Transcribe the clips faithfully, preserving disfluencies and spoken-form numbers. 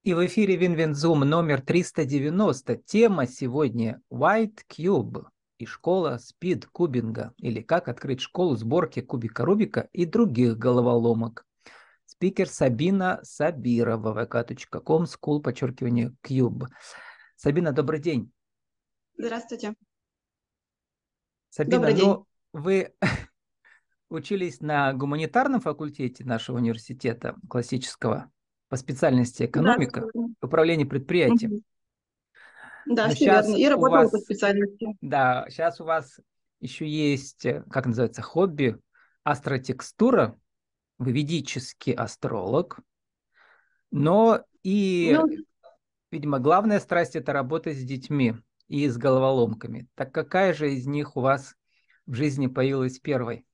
И в эфире Винвинзум номер триста девяносто. Тема сегодня White Cube и школа спид-кубинга, или как открыть школу сборки кубика Рубика и других головоломок. Спикер Сабина Сабирова, вэ ка точка ком, school, подчеркивание, Cube. Сабина, добрый день. Здравствуйте. Сабина, Добрый день. ну вы учились на гуманитарном факультете нашего университета классического по специальности Да, экономика, все верно. управление предприятием. Мгм. Да, Но все верно. сейчас И у работала по вас, специальности. да, сейчас у вас еще есть, э, как называется, хобби, астротекстура, вы ведический астролог, но и, Ну, видимо, главная страсть – это работа с детьми и с головоломками. Так какая же из них у вас в жизни появилась первой?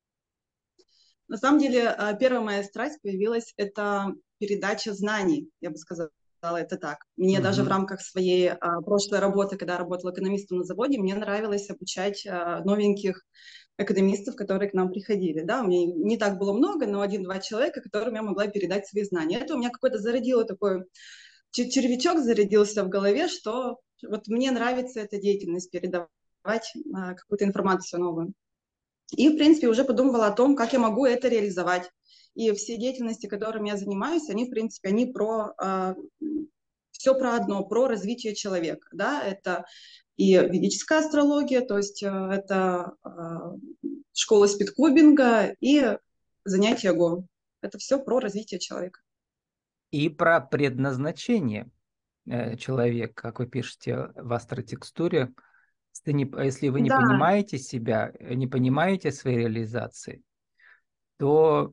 на самом деле, а, первая моя страсть появилась, это передача знаний, я бы сказала это так. Мне даже в Мгм. рамках своей а, прошлой работы, когда я работала экономистом на заводе, мне нравилось обучать а, новеньких экономистов, которые к нам приходили. Да? У меня не так было много, но один-два человека, которым я могла передать свои знания. Это у меня какой-то зародило такой чер- червячок зарядился в голове, что вот мне нравится эта деятельность, передавать а, какую-то информацию новую. И, в принципе, уже подумывала о том, как я могу это реализовать. И все деятельности, которыми я занимаюсь, они, в принципе, они про э, все про одно, про развитие человека. Да? Это и ведическая астрология, то есть э, это э, школа спидкубинга и занятия Го. Это все про развитие человека. И про предназначение э, человека, как вы пишете в астротекстуре. Если не- если вы не Да, понимаете себя, э, не понимаете своей реализации, то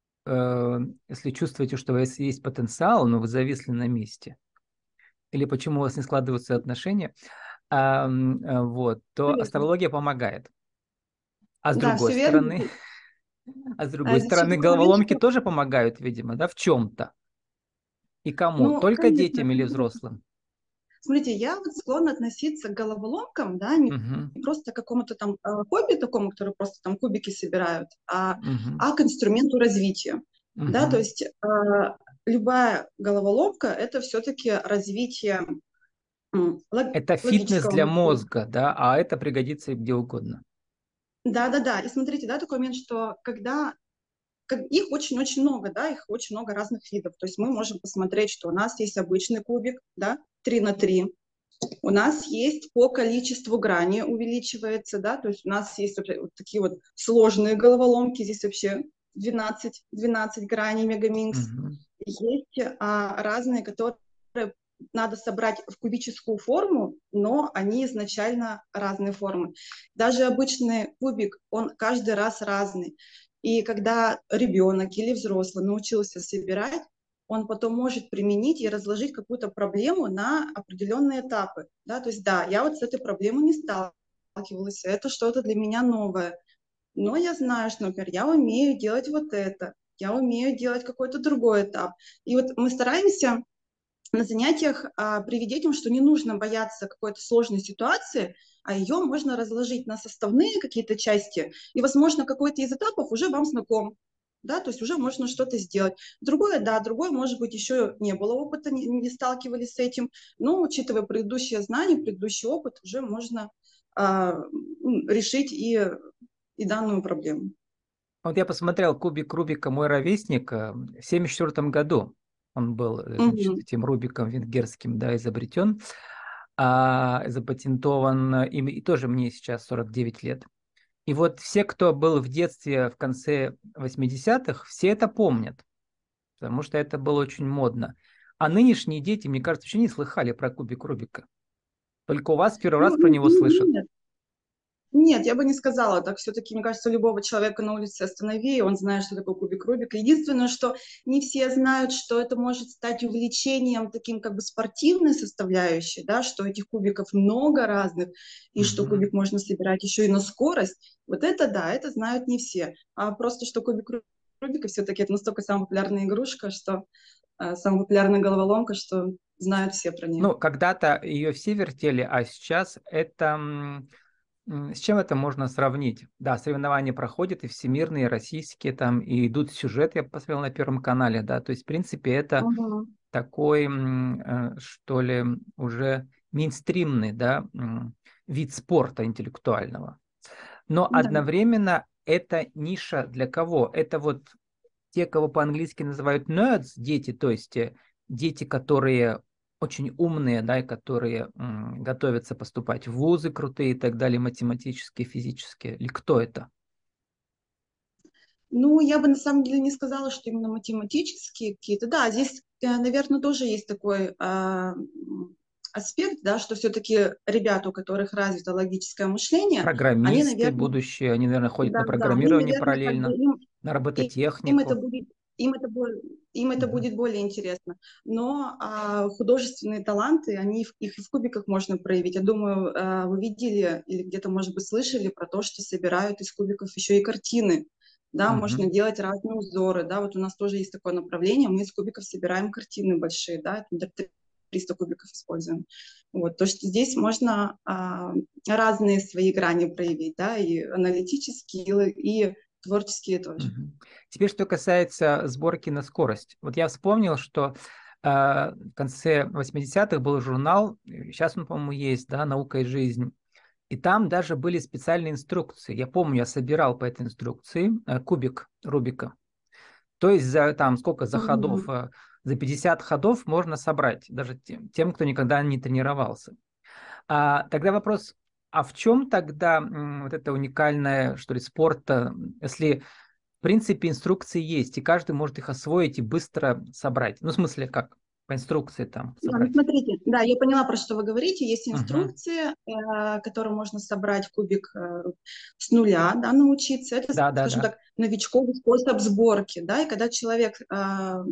э, если чувствуете, что у вас есть потенциал, но вы зависли на месте, или почему у вас не складываются отношения, а, м, э, вот, все то верно. астрология помогает. А с Да, другой все верно. стороны, а с А другой из-за чего стороны, момент, головоломки что, тоже помогают, видимо, да, в чем-то. И кому? ну, Только конечно, детям или взрослым? смотрите, я вот склонна относиться к головоломкам, да, не Угу, просто к какому-то там э, хобби такому, который просто там кубики собирают, а, угу, а к инструменту развития. Да, то угу. есть э, любая головоломка — это все-таки развитие м, лог- Это фитнес логического для мышления. мозга, да, а это пригодится и где угодно. Да-да-да, и смотрите, да, такой момент, что когда как- их очень-очень много, да, их очень много разных видов. То есть мы можем посмотреть, что у нас есть обычный кубик, да, три на три. У нас есть по количеству граней увеличивается, да, то есть у нас есть вот вот такие вот сложные головоломки, здесь вообще двенадцать, двенадцать граней мегаминкс. Угу. Есть а, разные, которые надо собрать в кубическую форму, но они изначально разные формы. Даже обычный кубик, он каждый раз разный. И когда ребенок или взрослый научился собирать, он потом может применить и разложить какую-то проблему на определенные этапы. Да? То есть да, я вот с этой проблемой не сталкивалась, это что-то для меня новое. Но я знаю, что, например, я умею делать вот это, я умею делать какой-то другой этап. И вот мы стараемся на занятиях а, привить детям, что не нужно бояться какой-то сложной ситуации, а ее можно разложить на составные какие-то части, и, возможно, какой-то из этапов уже вам знаком, да, то есть уже можно что-то сделать. Другое, да, другое, может быть, еще не было опыта, не, не сталкивались с этим, но, учитывая предыдущие знания, предыдущий опыт, уже можно а, решить и, и данную проблему. Вот я посмотрел кубик Рубика «Мой ровесник» э, в семьдесят четвёртом году. Он был, э, значит, Мгм. этим Рубиком венгерским, да, изобретен, а, запатентован, э, им, и тоже мне сейчас сорок девять лет. И вот все, кто был в детстве в конце восьмидесятых, все это помнят, потому что это было очень модно. А нынешние дети, мне кажется, вообще не слыхали про кубик Рубика. Только у вас первый раз Ну, про него слышат. нет, Нет, я бы не сказала так. Все-таки, мне кажется, любого человека на улице останови, и он знает, что такое кубик Рубика. Единственное, что не все знают, что это может стать увлечением таким как бы спортивной составляющей, да, что этих кубиков много разных, и что Мгм. кубик можно собирать еще и на скорость. Вот это да, это знают не все. А просто, что кубик Рубика все-таки это настолько самая популярная игрушка, что э, самая популярная головоломка, что знают все про нее. Ну, когда-то ее все вертели, а сейчас это... м, м, С чем это можно сравнить? Да, соревнования проходят и всемирные, и российские, там, и идут сюжеты, я посмотрел на Первом канале, да, то есть, в принципе, это Мгм. такой, э, что ли, уже мейнстримный, да, вид спорта интеллектуального. Но Да. одновременно это ниша для кого? Это вот те, кого по-английски называют nerds, дети, то есть э, дети, которые очень умные, да, и которые м, готовятся поступать в вузы крутые и так далее, математические, физические. Или кто это? Ну, я бы на самом деле не сказала, что именно математические какие-то. Да, здесь, наверное, тоже есть такой а, аспект, да, что все-таки ребята, у которых развито логическое мышление, они, Программисты наверное, будущее, они, наверное, ходят да, на да, они, программирование наверное, как бы параллельно, им, на и- им это робототехнику. будет, им это более, им это Мгм. будет более интересно. Но а, художественные таланты, они, в- их и в кубиках можно проявить. Я думаю, а, вы видели или где-то, может быть, слышали про то, что собирают из кубиков еще и картины. Да, можно Мгм. делать разные узоры. Да, вот у нас тоже есть такое направление. Мы из кубиков собираем картины большие, да, это триста кубиков используем. Вот, то, что здесь можно а, разные свои грани проявить, да, и аналитические, и творческие тоже. Мгм. Теперь, что касается сборки на скорость. Вот я вспомнил, что э, в конце восьмидесятых был журнал, сейчас он, по-моему, есть, да, «Наука и жизнь». И там даже были специальные инструкции. Я помню, я собирал по этой инструкции э, кубик Рубика. То есть за там сколько за ходов, Мгм. э, за пятьдесят ходов можно собрать, даже тем, тем, кто никогда не тренировался. А, тогда вопрос, а в чем тогда м, вот это уникальное, что ли, спорта, если в принципе инструкции есть, и каждый может их освоить и быстро собрать? Ну, в смысле, как по инструкции там Да, ну собрать? смотрите, да, я поняла, про что вы говорите. Есть Угу. инструкции, э, которые можно собрать кубик э, с нуля, да, научиться. Это, Да, да, скажем да. так, новичковый способ сборки, да, и когда человек э,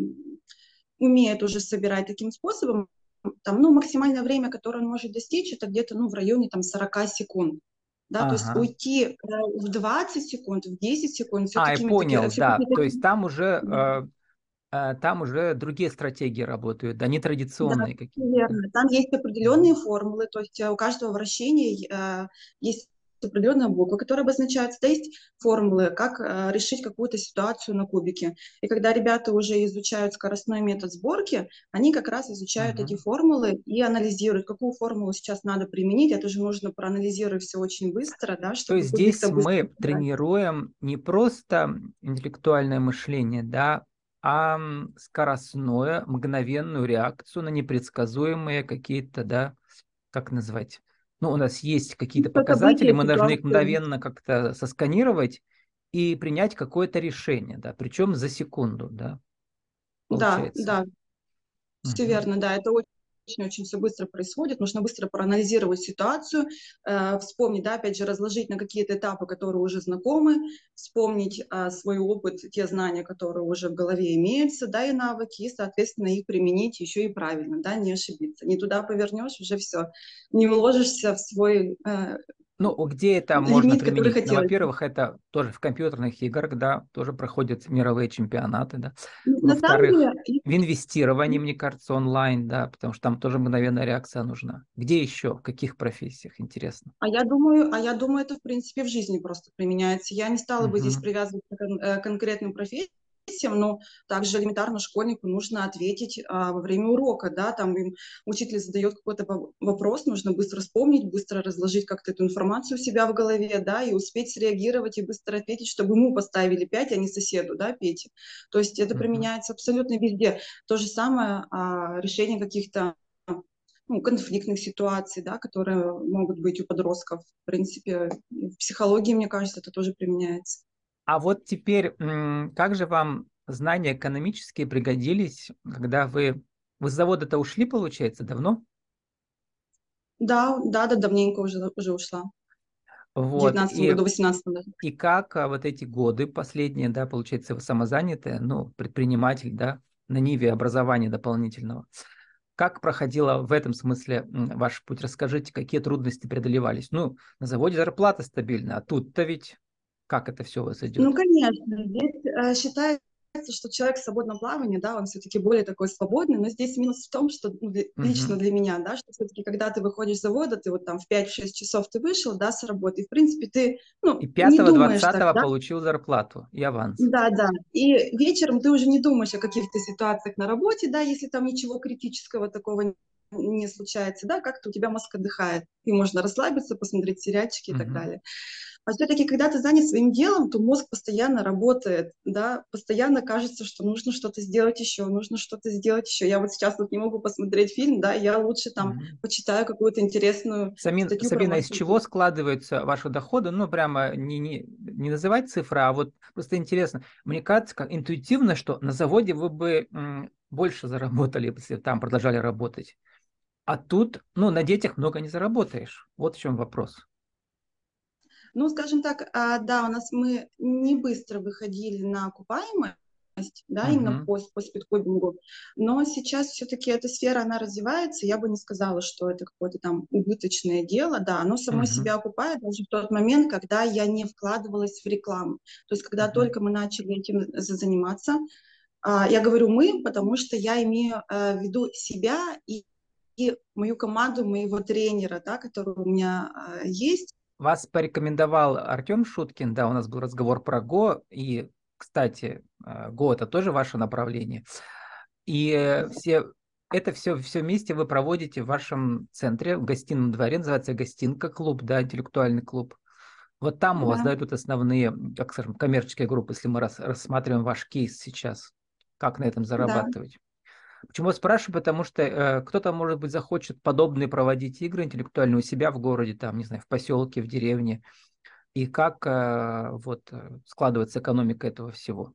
умеет уже собирать таким способом, там, ну, максимальное время, которое он может достичь, это где-то, ну, в районе, там, сорок секунд. Да, то есть Ага. уйти э, в двадцать секунд, в десять секунд, А, я все-таки такие, понял, все-таки да. То есть такие, там уже да, э, э, там уже другие стратегии работают, да, да, нетрадиционные какие-то, да. верно. Там есть Мгм. определенные формулы, то есть э, у каждого вращения э, есть определенная буква, которая обозначается, да, есть формулы, как э, решить какую-то ситуацию на кубике. И когда ребята уже изучают скоростной метод сборки, они как раз изучают эти Мгм. формулы и анализируют, какую формулу сейчас надо применить. Это же нужно проанализировать все очень быстро, да, То есть чтобы здесь кубик-то быстро мы собрать. тренируем не просто интеллектуальное мышление, да, а м, скоростное, мгновенную реакцию на непредсказуемые какие-то, да, как назвать? Ну, у нас есть какие-то Что показатели, события, мы должны их ситуации. мгновенно как-то сосканировать и принять какое-то решение, да, причем за секунду, да, Да, получается. да, все Мгм. верно, да, это очень-очень все быстро происходит, нужно быстро проанализировать ситуацию, э, вспомнить, да, опять же, разложить на какие-то этапы, которые уже знакомы, вспомнить э, свой опыт, те знания, которые уже в голове имеются, да, и навыки, и, соответственно, их применить еще и правильно, да, не ошибиться. Не туда повернешь, уже все, не уложишься в свой э, Ну, где это можно лимит, который применить? Ну, хотелось бы. во-первых, это тоже в компьютерных играх, да, тоже проходят мировые чемпионаты, да. Ну, на самом Во-вторых, деле, в инвестировании, мне кажется, онлайн, да, потому что там тоже мгновенная реакция нужна. Где еще? В каких профессиях? Интересно. А я думаю, а я думаю, это в принципе в жизни просто применяется. Я не стала бы здесь Мгм. привязываться к кон- э, конкретным профессиям, но также элементарно школьнику нужно ответить а, во время урока, да, там им учитель задает какой-то во- вопрос, нужно быстро вспомнить, быстро разложить как-то эту информацию у себя в голове, да, и успеть среагировать и быстро ответить, чтобы ему поставили пять, а не соседу, да, Пете. То есть это Мгм. применяется абсолютно везде. То же самое а, решение каких-то ну, конфликтных ситуаций, да, которые могут быть у подростков. В принципе, в психологии, мне кажется, это тоже применяется. А вот теперь, м, как же вам знания экономические пригодились, когда вы... Вы с завода-то ушли, получается, давно? Да, да, да, давненько уже, уже ушла. В Вот, девятнадцатом и году, в восемнадцатом даже. И как а, вот эти годы последние, да, получается, вы самозанятые, ну, предприниматель, да, на ниве образования дополнительного. Как проходила в этом смысле м, ваш путь? Расскажите, какие трудности преодолевались? Ну, на заводе зарплата стабильная, а тут-то ведь как это все у вас Ну, идет? конечно, здесь э, считается, что человек в свободном плавании, да, он все-таки более такой свободный, но здесь минус в том, что ну, для- лично Мгм. для меня, да, что все-таки когда ты выходишь с завода, ты вот там в пять-шесть часов ты вышел, да, с работы, и в принципе ты, И ну, не пятого думаешь так, двадцатого да, получил зарплату и аванс. да, да, и вечером ты уже не думаешь о каких-то ситуациях на работе, да, если там ничего критического такого не случается, да, как-то у тебя мозг отдыхает, и можно расслабиться, посмотреть сериальчики и так Мгм. далее. А все-таки, когда ты занят своим делом, то мозг постоянно работает, да, постоянно кажется, что нужно что-то сделать еще, нужно что-то сделать еще. Я вот сейчас вот не могу посмотреть фильм, да, я лучше там Мгм. почитаю какую-то интересную Самин, статью про Сабина, из чего маркетинг. складываются ваши доходы? Ну, прямо не, не, не называть цифры, а вот просто интересно. Мне кажется, как интуитивно, что на заводе вы бы м, больше заработали, если там продолжали работать. А тут, ну, на детях много не заработаешь. Вот в чем вопрос. Ну, скажем так, а, да, у нас мы не быстро выходили на окупаемость, да, именно Мгм. по, по спидкодингу, но сейчас все-таки эта сфера, она развивается, я бы не сказала, что это какое-то там убыточное дело, да, оно само Мгм. себя окупает даже в тот момент, когда я не вкладывалась в рекламу, то есть когда Мгм. только мы начали этим за- заниматься, а, я говорю мы, потому что я имею э, в виду себя и, и мою команду, моего тренера, да, который у меня э, есть. Вас порекомендовал Артем Шуткин, да, у нас был разговор про Го, и, кстати, э, Го это тоже ваше направление. И э, все, это все, все вместе вы проводите в вашем центре, в гостином дворе, называется гостинка клуб, да, интеллектуальный клуб. Вот там у вас, Да, да, идут основные, как скажем, коммерческие группы, если мы рас- рассматриваем ваш кейс сейчас, как на этом да. зарабатывать. Почему я спрашиваю? Потому что э, кто-то, может быть, захочет подобные проводить игры интеллектуальные у себя в городе, там, не знаю, в поселке, в деревне. И как э, вот э, складывается экономика этого всего?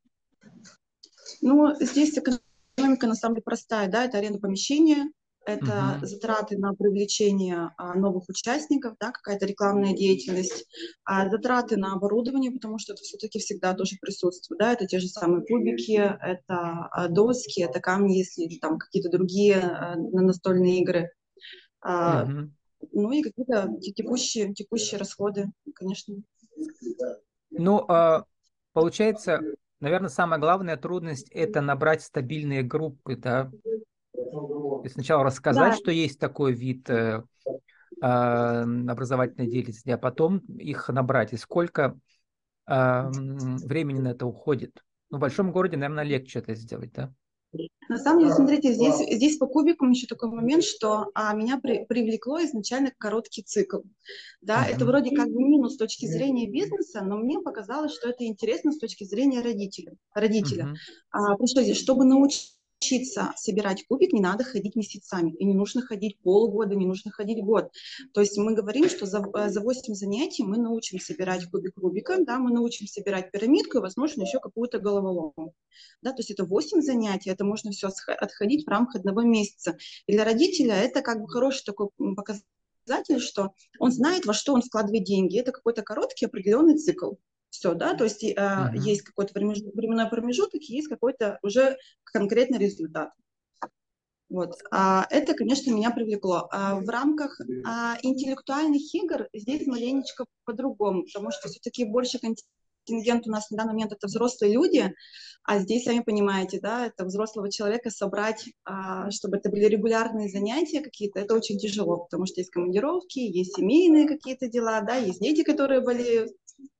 Ну, здесь экономика на самом деле простая, да, это аренда помещения, это Мгм. затраты на привлечение а, новых участников, да, какая-то рекламная деятельность, а, затраты на оборудование, потому что это все-таки всегда тоже присутствует, да, это те же самые кубики, это а, доски, это камни, если там какие-то другие а, на- настольные игры, а, Мгм. ну и какие-то те- текущие, текущие расходы, конечно. Ну, а, получается, наверное, самая главная трудность – это набрать стабильные группы, да. То есть сначала рассказать, Да, что есть такой вид э, а, образовательной деятельности, а потом их набрать. И сколько а, м, времени на это уходит? Ну, в большом городе, наверное, легче это сделать, да? на самом деле, смотрите, здесь, здесь по кубикам еще такой момент, что а, меня при, привлекло изначально короткий цикл. Да, это Мгм. вроде как бы минус с точки зрения бизнеса, но мне показалось, что это интересно с точки зрения родителя. родителя. Мгм. А, потому что здесь, чтобы научиться собирать кубик, не надо ходить месяцами, и не нужно ходить полгода, не нужно ходить год. То есть мы говорим, что за, э, за восемь занятий мы научим собирать кубик Рубика, да, мы научим собирать пирамидку и, возможно, еще какую-то головоломку. Да, то есть это восемь занятий, это можно все отходить в рамках одного месяца. И для родителя это как бы хороший такой показатель, что он знает, во что он вкладывает деньги. Это какой-то короткий определенный цикл. Все, да, то есть э, Мгм. есть какой-то временной промежуток, есть какой-то уже конкретный результат. Вот. А, это, конечно, меня привлекло. А, в рамках а, интеллектуальных игр здесь маленечко по-другому, потому что все-таки больше контингент у нас на данный момент это взрослые люди, а здесь, сами понимаете, да, это взрослого человека собрать, а, чтобы это были регулярные занятия какие-то, это очень тяжело, потому что есть командировки, есть семейные какие-то дела, да, есть дети, которые болеют.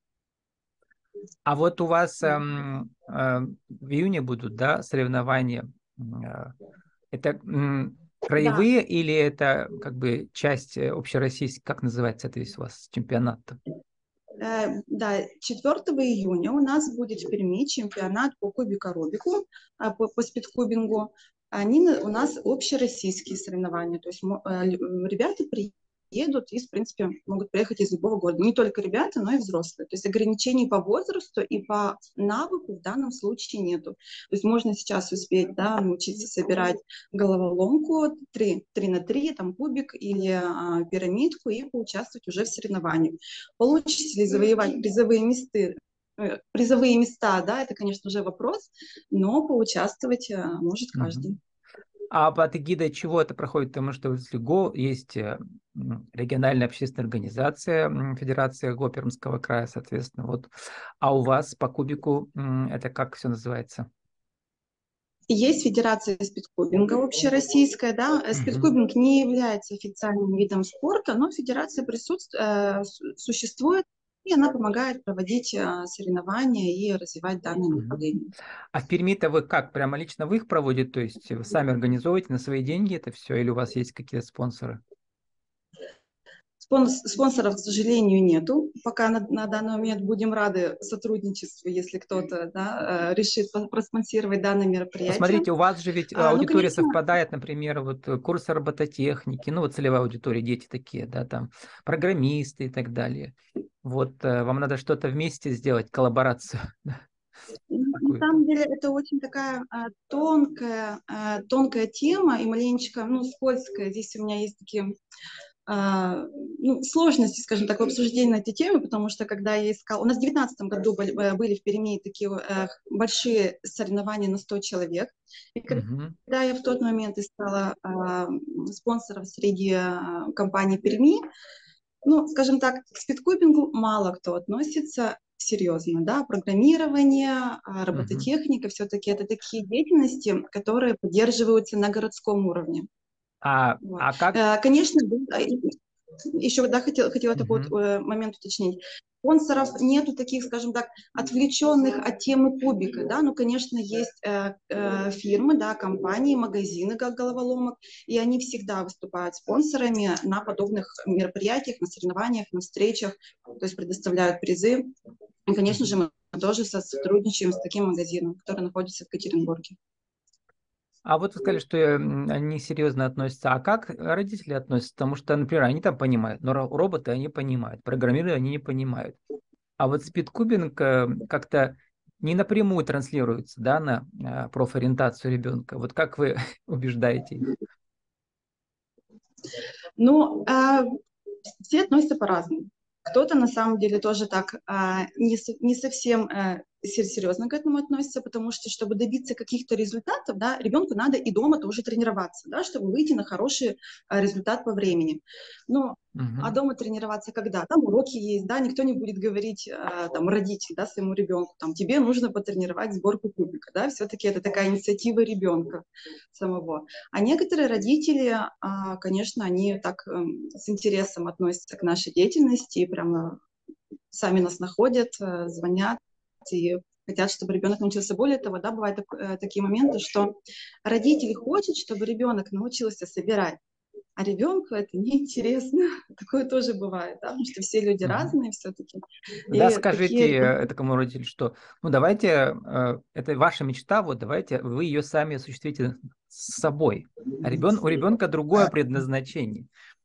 А вот у вас эм, э, в июне будут, да, соревнования. М, э, Это м, Да, краевые или это как бы часть э, общероссийской, как называется это весь у вас чемпионат? Э, да, четвёртого июня у нас будет в Перми чемпионат по кубика-рубику, а, по, по спидкубингу. Они на- у нас общероссийские соревнования, то есть мо- э, лю- ребята приедут и, в принципе, могут приехать из любого города. Не только ребята, но и взрослые. То есть ограничений по возрасту и по навыку в данном случае нету. То есть можно сейчас успеть, да, научиться собирать головоломку три три на три, там кубик или а, пирамидку и поучаствовать уже в соревнованиях. Получится ли завоевать призовые места, э, призовые места, да, это, конечно, уже вопрос, но поучаствовать э, может Мгм. каждый. А под эгидой чего это проходит? Потому что в СЛИГО есть э, м, региональная общественная организация, м, Федерация ГО Пермского края, соответственно. Вот. А у вас по кубику м, это как все называется? И есть Федерация спидкубинга общероссийская, да. Э, Мгм. Спидкубинг не является официальным видом спорта, но федерация присутствует, э, су- существует, и она помогает проводить э, соревнования и развивать данное Мгм. направление. А в Перми-то вы как? Прямо лично вы их проводите? То есть вы сами организовываете на свои деньги это все? Или у вас есть какие-то спонсоры? Спонс- спонсоров, к сожалению, нету. Пока на, на данный момент будем рады сотрудничеству, если кто-то, да, э, решит по- проспонсировать данное Ну, мероприятие. смотрите, у вас же ведь э, А, ну, аудитория конечно, совпадает, например, вот э, курсы робототехники, ну вот целевая аудитория, дети такие, да, там, программисты и так далее. Вот э, вам надо что-то вместе сделать, коллаборацию да, м, на какую-то. самом деле это очень такая а, тонкая, а, тонкая тема и маленечко, ну, скользкая. Здесь у меня есть такие а, ну, сложности, скажем так, в обсуждении этой темы, потому что когда я искала... У нас в две тысячи девятнадцатом году были, э, были в Перми такие э, большие соревнования на сто человек. И Мгм. когда я в тот момент искала а, спонсоров среди а, компаний Перми, ну, скажем так, к спидкубингу мало кто относится серьезно, да, программирование, а, Мгм. робототехника, все-таки это такие деятельности, которые поддерживаются на городском уровне. А, Вот. а как? Э, Конечно, да, и- еще да, хотела, хотела такой Мгм. вот, э, момент уточнить. Спонсоров нету таких, скажем так, отвлеченных от темы кубика, да, ну, конечно, есть э, э, фирмы, да, компании, магазины, как головоломок, и они всегда выступают спонсорами на подобных мероприятиях, на соревнованиях, на встречах, то есть предоставляют призы. И, конечно же, Мгм. мы тоже со- сотрудничаем с таким магазином, который находится в Екатеринбурге. А вот вы сказали, что м, они серьезно относятся. А как родители относятся? Потому что, например, они там понимают, но ро- роботы они понимают, программирование они не понимают. А вот спидкубинг э, как-то не напрямую транслируется, да, на э, профориентацию ребенка. Вот как вы убеждаете их? Ну, э, все относятся по-разному. Кто-то на самом деле тоже так а, не, со- не совсем а, сер- серьезно к этому относится, потому что, чтобы добиться каких-то результатов, да, ребенку надо и дома тоже тренироваться, да, чтобы выйти на хороший а, результат по времени. Но а Мгм. дома тренироваться когда? Там уроки есть, да, никто не будет говорить, а, там, родитель, да, своему ребенку, там, тебе нужно потренировать сборку кубика, да, все-таки это такая инициатива ребенка самого. А некоторые родители, а, конечно, они так эм, с интересом относятся к нашей деятельности и прямо сами нас находят, э, звонят и хотят, чтобы ребенок научился. Более того, да, бывают так- э, такие моменты, что родители хотят, чтобы ребенок научился собирать, а ребенку это неинтересно. Такое тоже бывает, да, потому что все люди Мгм. разные все-таки. Да, И скажите такие э, этому родителю, что, ну, давайте, э, это ваша мечта, вот давайте вы ее сами осуществите с собой. А ребен, у ребенка другое предназначение,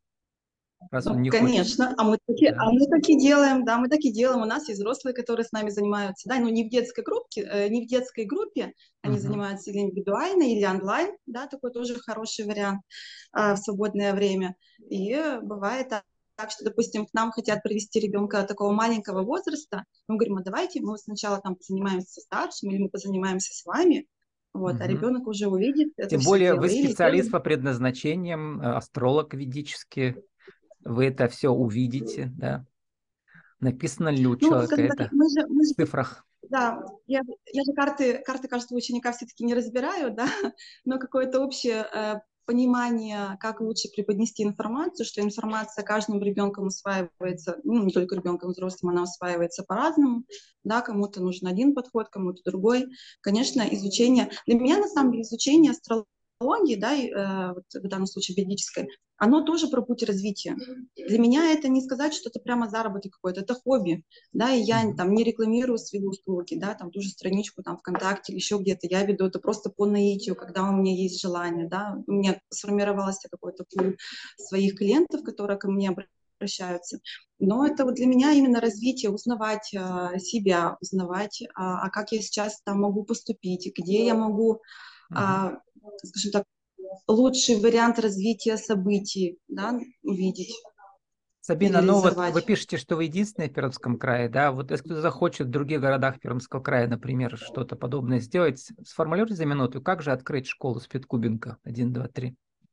раз он Ну, не хочет. конечно, а мы, таки, а Да. мы так и делаем, да, мы так и делаем. У нас есть взрослые, которые с нами занимаются, да, но не в детской группе, э, не в детской группе, они Мгм. занимаются или индивидуально, или онлайн, да, такой тоже хороший вариант а, в свободное время. И э, бывает так, так, что, допустим, к нам хотят привести ребенка такого маленького возраста, мы говорим, а давайте мы сначала там позанимаемся со старшим, или мы позанимаемся с вами, вот, а Мгм. ребенок уже увидит это Тем все более дело вы или специалист сделает. по предназначениям, э, астролог ведический, вы это все увидите, да. Написано ли у Ну, человека скажем так, это мы же, мы в же цифрах? да, я, я же карты, карты, кажется, у ученика все-таки не разбираю, да, но какое-то общее э, понимание, как лучше преподнести информацию, что информация каждым ребенком усваивается, ну, не только ребенком, взрослым, она усваивается по-разному, да, кому-то нужен один подход, кому-то другой. Конечно, изучение, для меня, на самом деле, изучение астрологии, да, и, э, вот в данном случае ведической, оно тоже про путь развития. Для меня это не сказать, что это прямо заработок какой-то, это хобби, да, и я Мгм. там не рекламирую свои услуги, да, там ту же страничку там ВКонтакте или еще где-то, я веду это просто по наитию, когда у меня есть желание, да, у меня сформировался какой-то пул своих клиентов, которые ко мне обращаются, но это вот для меня именно развитие, узнавать а, себя, узнавать, а, а как я сейчас там могу поступить, где я могу, Мгм. а, скажем так, лучший вариант развития событий, да, увидеть. Сабина, или ну вот вы реализовать. пишете, что вы единственная в Пермском крае, да? Вот если кто захочет в других городах Пермского края, например, что-то подобное сделать, с- сформулируйте за минуту, как же открыть школу спидкубинга? Один, два, три.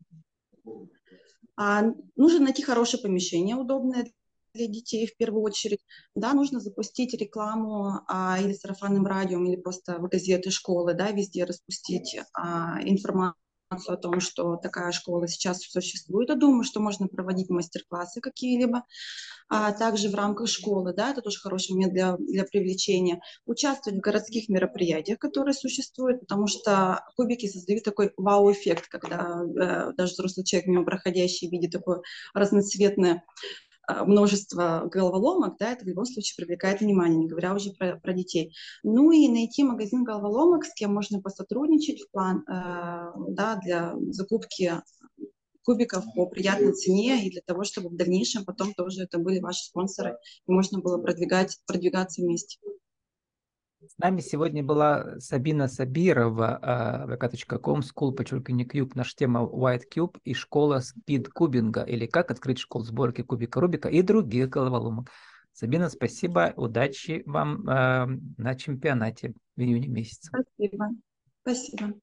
А, нужно найти хорошее помещение, удобное для детей в первую очередь. Да, нужно запустить рекламу а, или сарафанным радио, или просто в газеты школы, да, везде распустить а, информацию о том, что такая школа сейчас существует. Я думаю, что можно проводить мастер-классы какие-либо, а также в рамках школы, да, это тоже хороший момент для, для привлечения. Участвовать в городских мероприятиях, которые существуют, потому что кубики создают такой вау-эффект, когда э, даже взрослый человек, мимо проходящий, видит такое разноцветное э, множество головоломок, да, это в любом случае привлекает внимание, не говоря уже про, про детей. Ну и найти магазин головоломок, с кем можно посотрудничать в план, э, да, для закупки кубиков по приятной цене и для того, чтобы в дальнейшем потом тоже это были ваши спонсоры и можно было продвигать, продвигаться вместе. С нами сегодня была Сабина Сабирова, а, вэ ка точка ком, school, подчеркивание, cube. Наша тема White Cube и школа спидкубинга, или как открыть школу сборки кубика Рубика и других головоломок. Сабина, спасибо, удачи вам а, на чемпионате в июне месяце. Спасибо. Спасибо.